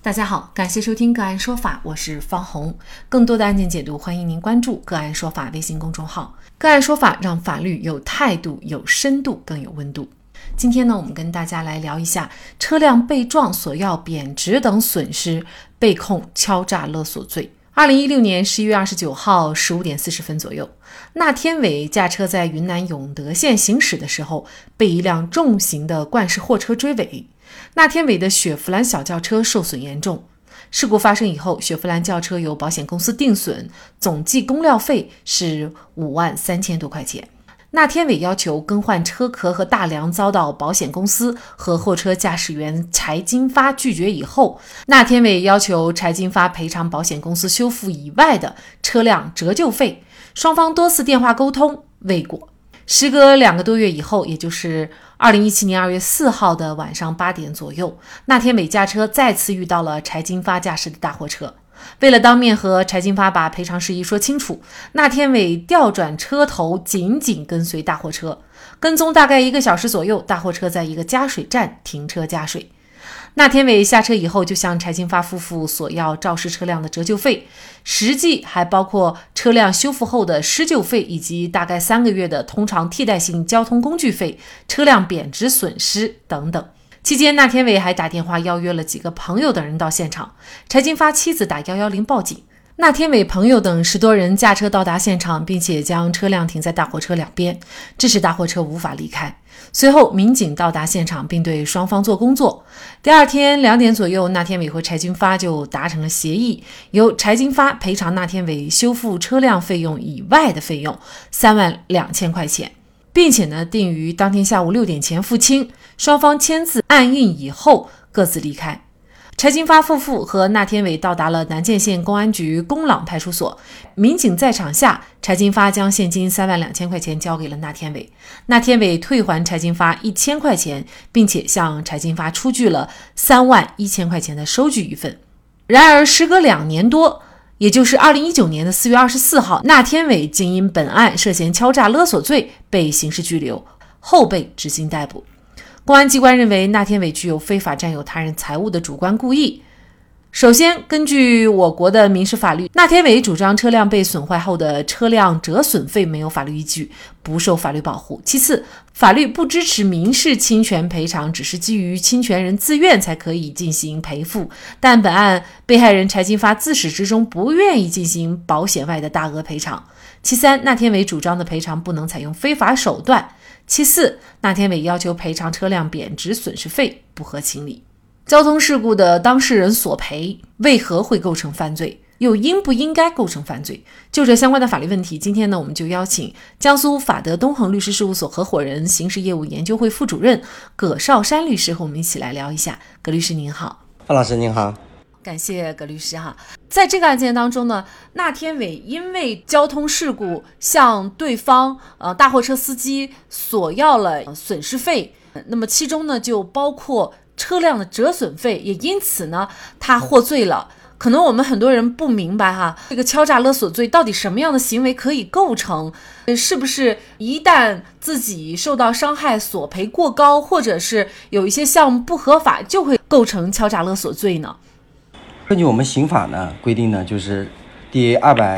大家好，感谢收听个案说法，我是方红。更多的案件解读，欢迎您关注个案说法微信公众号。个案说法让法律有态度、有深度、更有温度。今天呢，我们跟大家来聊一下车辆被撞、索要贬值等损失，被控敲诈勒索罪。2016年11月29号15点40分左右，那天伟驾车在云南永德县行驶的时候，被一辆重型的冠式货车追尾。那天伟的雪佛兰小轿车受损严重。事故发生以后，雪佛兰轿车由保险公司定损，总计工料费是53000多块钱。那天伟要求更换车壳和大梁遭到保险公司和货车驾驶员柴金发拒绝以后，那天伟要求柴金发赔偿保险公司修复以外的车辆折旧费，双方多次电话沟通未果。时隔2个多月以后，也就是2017年2月4号的晚上8点左右，那天伟驾车再次遇到了柴金发驾驶的大货车。为了当面和柴金发把赔偿事宜说清楚，那天伟调转车头，紧紧跟随大货车，跟踪大概1个小时左右，大货车在一个加水站停车加水。那天伟下车以后，就向柴金发夫妇索要肇事车辆的折旧费，实际还包括车辆修复后的施救费，以及大概3个月的通常替代性交通工具费、车辆贬值损失等等。期间，那天伟还打电话邀约了几个朋友等人到现场，柴金发妻子打110报警。那天伟朋友等10多人驾车到达现场，并且将车辆停在大货车两边，致使大货车无法离开。随后民警到达现场，并对双方做工作。第二天2点左右，那天伟和柴金发就达成了协议，由柴金发赔偿那天伟修复车辆费用以外的费用32000块钱，并且呢定于当天下午6点前付清，双方签字按印以后各自离开。柴金发夫妇和那天伟到达了南涧县公安局公朗派出所，民警在场下，柴金发将现金32000块钱交给了那天伟，那天伟退还柴金发1000块钱，并且向柴金发出具了31000块钱的收据一份。然而时隔2年多，也就是2019年的4月24号，那天伟竟因本案涉嫌敲诈勒索罪被刑事拘留，后被执行逮捕。公安机关认为那天伟具有非法占有他人财物的主观故意。首先，根据我国的民事法律，那天伟主张车辆被损坏后的车辆折损费没有法律依据，不受法律保护。其次，法律不支持民事侵权赔偿，只是基于侵权人自愿才可以进行赔付，但本案被害人柴金发自始至终不愿意进行保险外的大额赔偿。其三，那天伟主张的赔偿不能采用非法手段。其四，那天伟要求赔偿车辆贬值损失费不合情理。交通事故的当事人索赔为何会构成犯罪，又应不应该构成犯罪？就这相关的法律问题，今天呢，我们就邀请江苏法德东恒律师事务所合伙人、刑事业务研究会副主任葛绍山律师和我们一起来聊一下。葛律师您好。 范老师您好。 感谢葛律师哈。在这个案件当中呢，那天伟因为交通事故向对方大货车司机索要了损失费，那么其中呢就包括车辆的折损费，也因此呢他获罪了。可能我们很多人不明白哈，这个敲诈勒索罪到底什么样的行为可以构成？是不是一旦自己受到伤害，索赔过高，或者是有一些项目不合法，就会构成敲诈勒索罪呢？ 根据我们刑法呢规定呢，就是第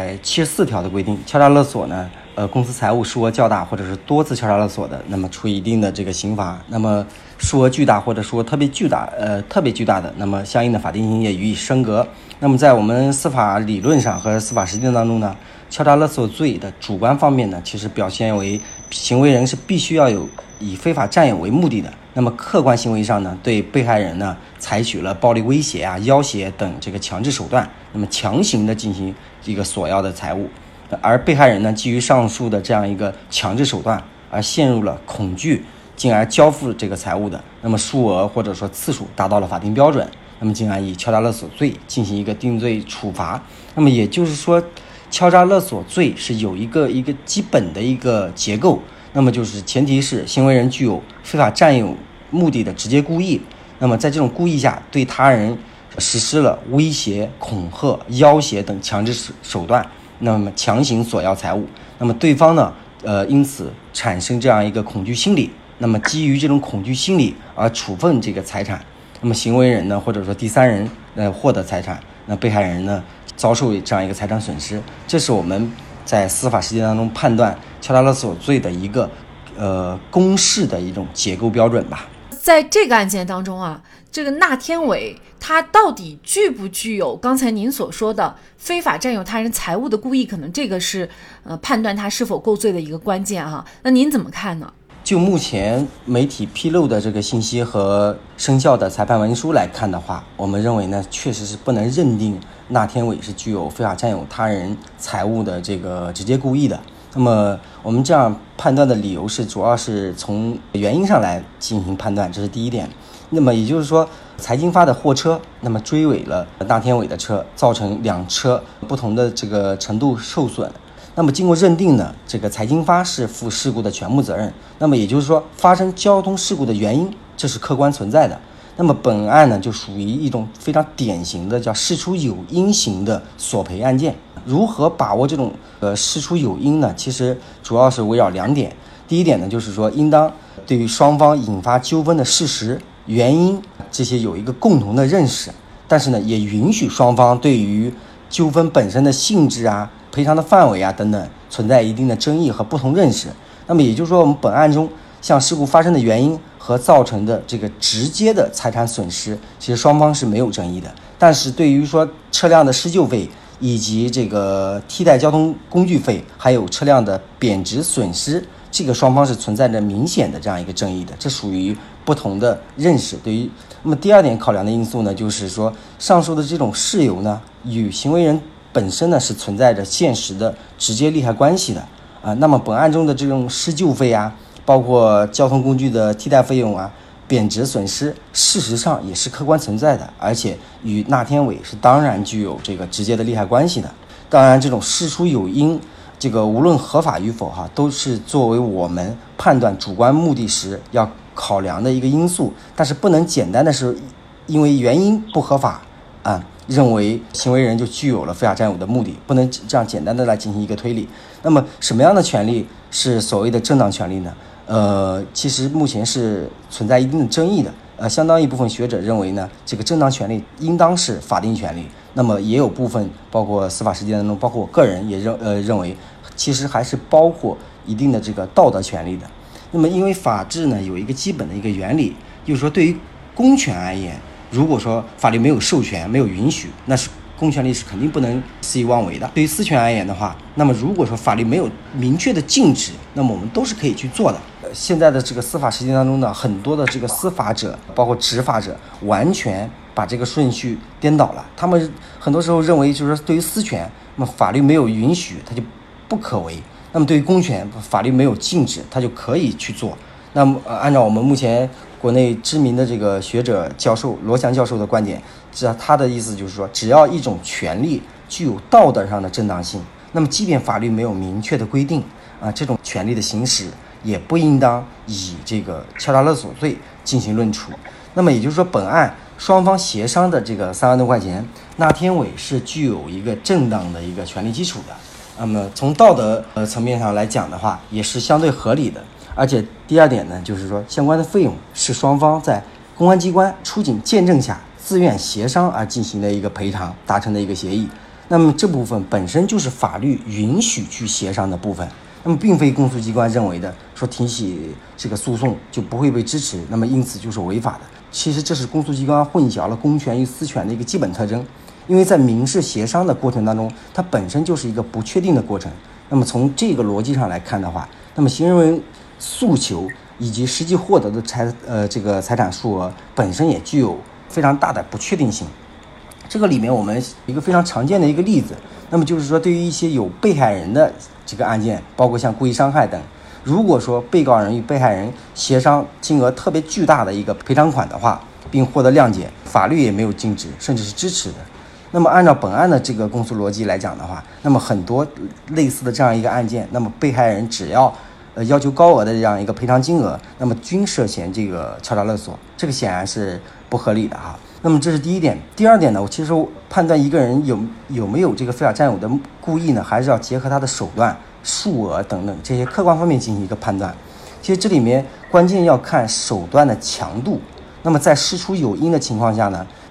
274条的规定，敲诈勒索呢，公司财物数额较大或者是多次敲诈勒索的，那么处以一定的这个刑罚。那么数额巨大或者说特别巨大的，那么相应的法定刑也予以升格。那么在我们司法理论上和司法实践当中呢，敲诈勒索罪的主观方面呢，其实表现为行为人是必须要有以非法占有为目的的。那么客观行为上呢，对被害人呢采取了暴力威胁啊、要挟等这个强制手段，那么强行的进行这个索要的财物，而被害人呢基于上述的这样一个强制手段而陷入了恐惧，进而交付这个财物的，那么数额或者说次数达到了法定标准，那么进而以敲诈勒索罪进行一个定罪处罚。那么也就是说，敲诈勒索罪是有一个基本的一个结构，那么就是前提是行为人具有非法占有目的的直接故意，那么在这种故意下对他人实施了威胁、恐吓、要挟等强制手段，那么强行索要财物，那么对方呢因此产生这样一个恐惧心理，那么基于这种恐惧心理而处分这个财产，那么行为人呢或者说第三人获得财产，那被害人呢遭受这样一个财产损失。这是我们在司法实践当中判断敲诈勒索罪的一个公示的一种结构标准吧。 在这个案件当中啊，这个那天伟他到底具不具有刚才您所说的非法占有他人财物的故意，可能这个是判断他是否构罪的一个关键啊。那您怎么看呢？ 就目前媒体披露的这个信息和生效的裁判文书来看的话，我们认为呢，确实是不能认定那天伟是具有非法占有他人财物的这个直接故意的。那么我们这样判断的理由是，主要是从原因上来进行判断，这是第一点。那么也就是说，财经发的货车，那么追尾了那天伟的车，造成两车不同的这个程度受损。那么经过认定呢，这个财经发是负事故的全部责任。那么也就是说，发生交通事故的原因，这是客观存在的。那么本案呢，就属于一种非常典型的叫事出有因型的索赔案件。如何把握这种事出有因呢？其实主要是围绕两点。第一点呢，就是说应当对于双方引发纠纷的事实、原因这些有一个共同的认识，但是呢，也允许双方对于纠纷本身的性质啊、赔偿的范围啊等等存在一定的争议和不同认识。那么也就是说，我们本案中像事故发生的原因和造成的这个直接的财产损失，其实双方是没有争议的。但是对于说车辆的施救费以及这个替代交通工具费，还有车辆的贬值损失，这个双方是存在着明显的这样一个争议的，这属于不同的认识。那么第二点考量的因素呢，就是说上述的这种事由呢，与行为人本身呢是存在着现实的直接利害关系的那么本案中的这种施救费啊，包括交通工具的替代费用啊、贬值损失，事实上也是客观存在的，而且与那天伟是当然具有这个直接的利害关系的。当然，这种事出有因，这个无论合法与否都是作为我们判断主观目的时要考量的一个因素，但是不能简单的是因为原因不合法认为行为人就具有了非法占有的目的，不能这样简单的来进行一个推理。那么什么样的权利是所谓的正当权利呢？其实目前是存在一定的争议的。相当一部分学者认为呢，这个正当权利应当是法定权利。那么也有部分，包括司法实践当中，包括我个人也认为，其实还是包括一定的这个道德权利的。那么因为法治呢有一个基本的一个原理，就是说对于公权而言，如果说法律没有授权、没有允许，那是公权力是肯定不能肆意妄为的。对于私权而言的话，那么如果说法律没有明确的禁止，那么我们都是可以去做的。现在的这个司法实践当中呢，很多的这个司法者，包括执法者，完全把这个顺序颠倒了。他们很多时候认为，就是说对于私权，那么法律没有允许，它就不可为；那么对于公权，法律没有禁止，它就可以去做。那么按照我们目前国内知名的这个学者教授罗翔教授的观点，他的意思就是说，只要一种权利具有道德上的正当性，那么即便法律没有明确的规定这种权利的行使也不应当以这个敲诈勒索罪进行论处。那么也就是说，本案双方协商的这个3万多块钱，那天伟是具有一个正当的一个权利基础的。那么从道德层面上来讲的话，也是相对合理的。而且第二点呢，就是说相关的费用是双方在公安机关出警见证下自愿协商而进行的一个赔偿达成的一个协议。那么这部分本身就是法律允许去协商的部分，那么并非公诉机关认为的说提起这个诉讼就不会被支持，那么因此就是违法的。其实这是公诉机关混淆了公权与私权的一个基本特征，因为在民事协商的过程当中，它本身就是一个不确定的过程。那么从这个逻辑上来看的话，那么行为人诉求以及实际获得的财产数额本身也具有非常大的不确定性。这个里面我们一个非常常见的一个例子，那么就是说对于一些有被害人的这个案件，包括像故意伤害等，如果说被告人与被害人协商金额特别巨大的一个赔偿款的话，并获得谅解，法律也没有禁止甚至是支持的，那么按照本案的这个公诉逻辑来讲的话，那么很多类似的这样一个案件，那么被害人只要要求高额的这样一个赔偿金额，那么均涉嫌这个敲诈勒索，这个显然是不合理的那么这是第一点。第二点呢，其实判断一个人有没有这个非法占有的故意呢，还是要结合他的手段、数额等等这些客观方面进行一个判断。其实这里面关键要看手段的强度。那么在事出有因的情况下呢，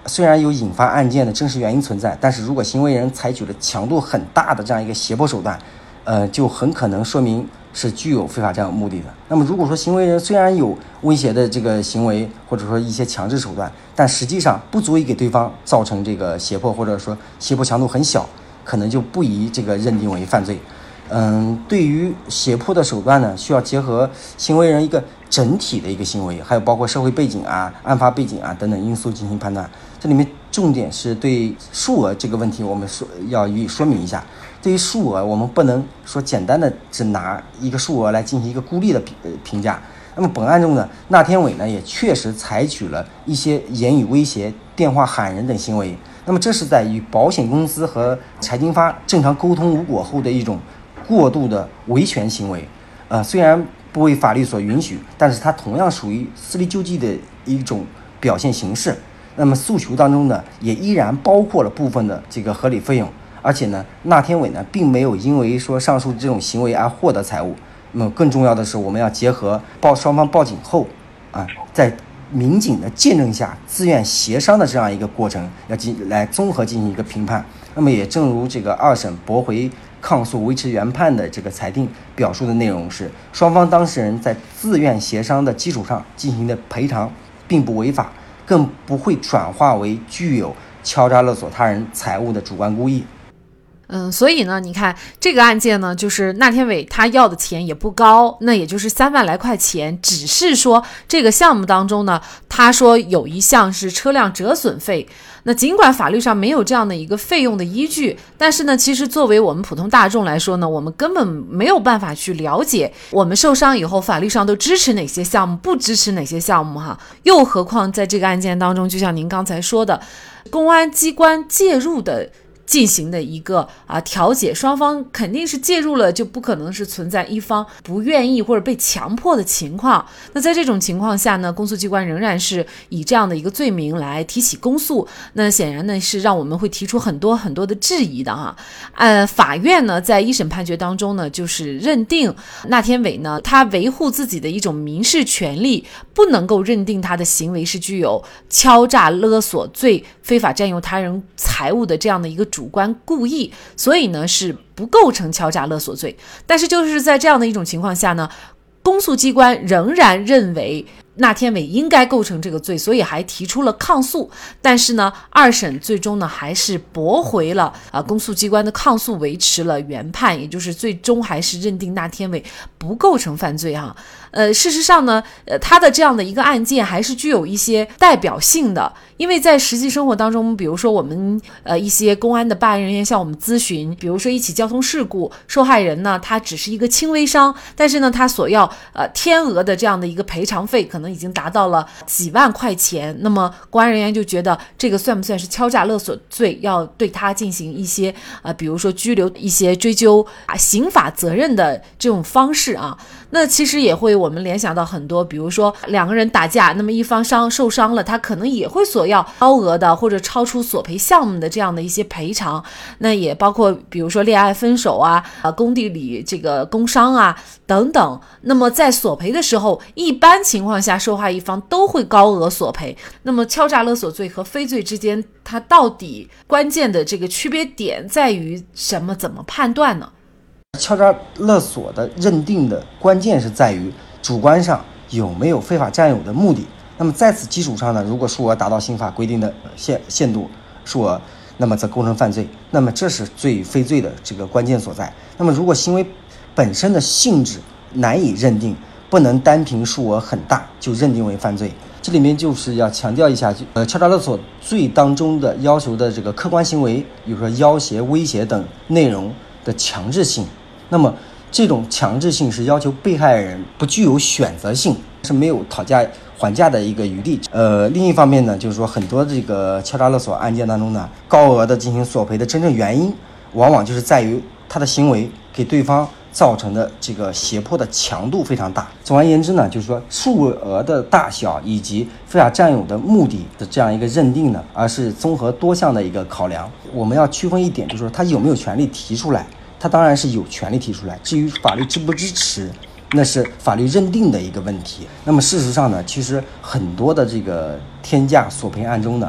虽然有引发案件的真实原因存在，但是如果行为人采取了强度很大的这样一个胁迫手段，就很可能说明是具有非法占有目的的。那么如果说行为人虽然有威胁的这个行为，或者说一些强制手段，但实际上不足以给对方造成这个胁迫，或者说胁迫强度很小，可能就不宜这个认定为犯罪。对于胁迫的手段呢，需要结合行为人一个整体的一个行为，还有包括社会背景啊、案发背景啊等等因素进行判断。这里面重点是对数额这个问题，我们要予以说明一下。对于数额，我们不能说简单的只拿一个数额来进行一个孤立的评价。那么本案中呢，那天伟呢也确实采取了一些言语威胁、电话喊人等行为。那么这是在与保险公司和财经发正常沟通无果后的一种过度的维权行为。虽然不为法律所允许，但是它同样属于私力救济的一种表现形式。那么诉求当中呢，也依然包括了部分的这个合理费用。而且呢，那天伟呢并没有因为说上述这种行为而获得财物。那么更重要的是，我们要结合双方报警后在民警的见证下自愿协商的这样一个过程，来综合进行一个评判。那么也正如这个二审驳回抗诉维持原判的这个裁定表述的内容是，双方当事人在自愿协商的基础上进行的赔偿并不违法，更不会转化为具有敲诈勒索他人财物的主观故意。 所以呢，你看这个案件呢，就是那天伟他要的钱也不高，那也就是3万来块钱，只是说这个项目当中呢，他说有一项是车辆折损费。那尽管法律上没有这样的一个费用的依据，但是呢，其实作为我们普通大众来说呢，我们根本没有办法去了解我们受伤以后法律上都支持哪些项目，不支持哪些项目哈。又何况在这个案件当中，就像您刚才说的，公安机关介入的进行的一个调解，双方肯定是介入了，就不可能是存在一方不愿意或者被强迫的情况。那在这种情况下呢，公诉机关仍然是以这样的一个罪名来提起公诉，那显然呢是让我们会提出很多很多的质疑的哈。法院呢在一审判决当中呢，就是认定那天伟呢，他维护自己的一种民事权利，不能够认定他的行为是具有敲诈勒索罪、非法占有他人财物的这样的一个主观故意，所以呢是不构成敲诈勒索罪。但是就是在这样的一种情况下呢，公诉机关仍然认为那天伟应该构成这个罪，所以还提出了抗诉。但是呢，二审最终呢还是驳回了公诉机关的抗诉，维持了原判，也就是最终还是认定那天伟不构成犯罪哈。事实上呢，他的这样的一个案件还是具有一些代表性的，因为在实际生活当中，比如说我们一些公安的办案人员向我们咨询，比如说一起交通事故，受害人呢他只是一个轻微伤，但是呢他所要天额的这样的一个赔偿费可能已经达到了几万块钱，那么公安人员就觉得这个算不算是敲诈勒索罪，要对他进行一些比如说拘留，一些追究刑法责任的这种方式啊。那其实也会我们联想到很多，比如说两个人打架，那么一方受伤了，他可能也会索要高额的或者超出索赔项目的这样的一些赔偿。那也包括比如说恋爱分手工地里这个工伤等等。那么在索赔的时候，一般情况下受害一方都会高额索赔。那么敲诈勒索罪和非罪之间，它到底关键的这个区别点在于什么？怎么判断呢？ 敲诈勒索的认定的关键是在于主观上有没有非法占有的目的。那么在此基础上呢，如果数额达到刑法规定的限度数额，那么则构成犯罪。那么这是罪与非罪的这个关键所在。那么如果行为本身的性质难以认定，不能单凭数额很大就认定为犯罪。这里面就是要强调一下，敲诈勒索罪当中的要求的这个客观行为，比如说要挟、威胁等内容的强制性。那么这种强制性是要求被害人不具有选择性，是没有讨价还价的一个余地。另一方面呢，就是说很多这个敲诈勒索案件当中呢，高额的进行索赔的真正原因，往往就是在于他的行为给对方造成的这个胁迫的强度非常大。总而言之呢，就是说数额的大小以及非法占有的目的的这样一个认定呢，而是综合多项的一个考量。我们要区分一点，就是说他有没有权利提出来。他当然是有权利提出来，至于法律支不支持，那是法律认定的一个问题。那么事实上呢，其实很多的这个天价索赔案中呢，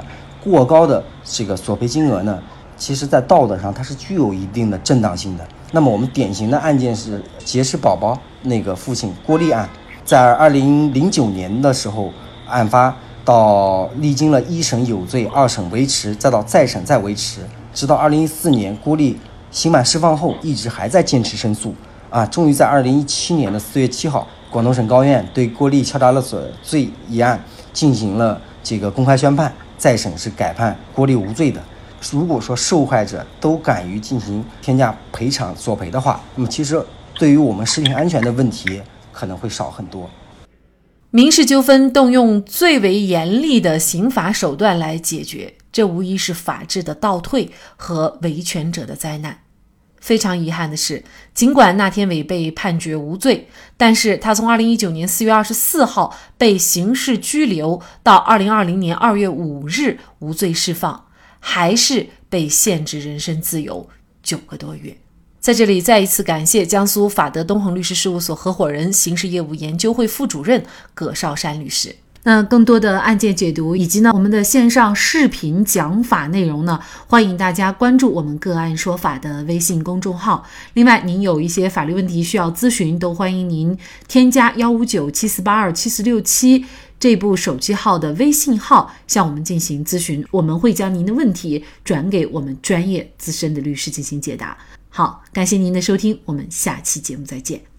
过高的这个索赔金额呢，其实在道德上它是具有一定的正当性的。那么我们典型的案件是杰士宝宝那个父亲郭丽案，在2009年的时候案发，到历经了一审有罪、二审维持，再到再审再维持，直到2014年郭丽刑满释放后一直还在坚持申诉终于在2017年的4月7号，广东省高院对郭丽敲诈勒索罪一案进行了这个公开宣判，再审是改判郭丽无罪的。如果说受害者都敢于进行天价赔偿索赔的话，那么其实对于我们食品安全的问题可能会少很多。 民事纠纷动用最为严厉的刑罚手段来解决，这无疑是法治的倒退和维权者的灾难。非常遗憾的是，尽管那天伟被判决无罪，但是他从2019年4月24号被刑事拘留到2020年2月5日无罪释放，还是被限制人身自由9个多月。在这里再一次感谢江苏法德东恒律师事务所合伙人、刑事业务研究会副主任葛绍山律师。那更多的案件解读以及呢我们的线上视频讲法内容呢，欢迎大家关注我们个案说法的微信公众号。另外您有一些法律问题需要咨询，都欢迎您添加15974827467这部手机号的微信号向我们进行咨询，我们会将您的问题转给我们专业资深的律师进行解答。好，感谢您的收听，我们下期节目再见。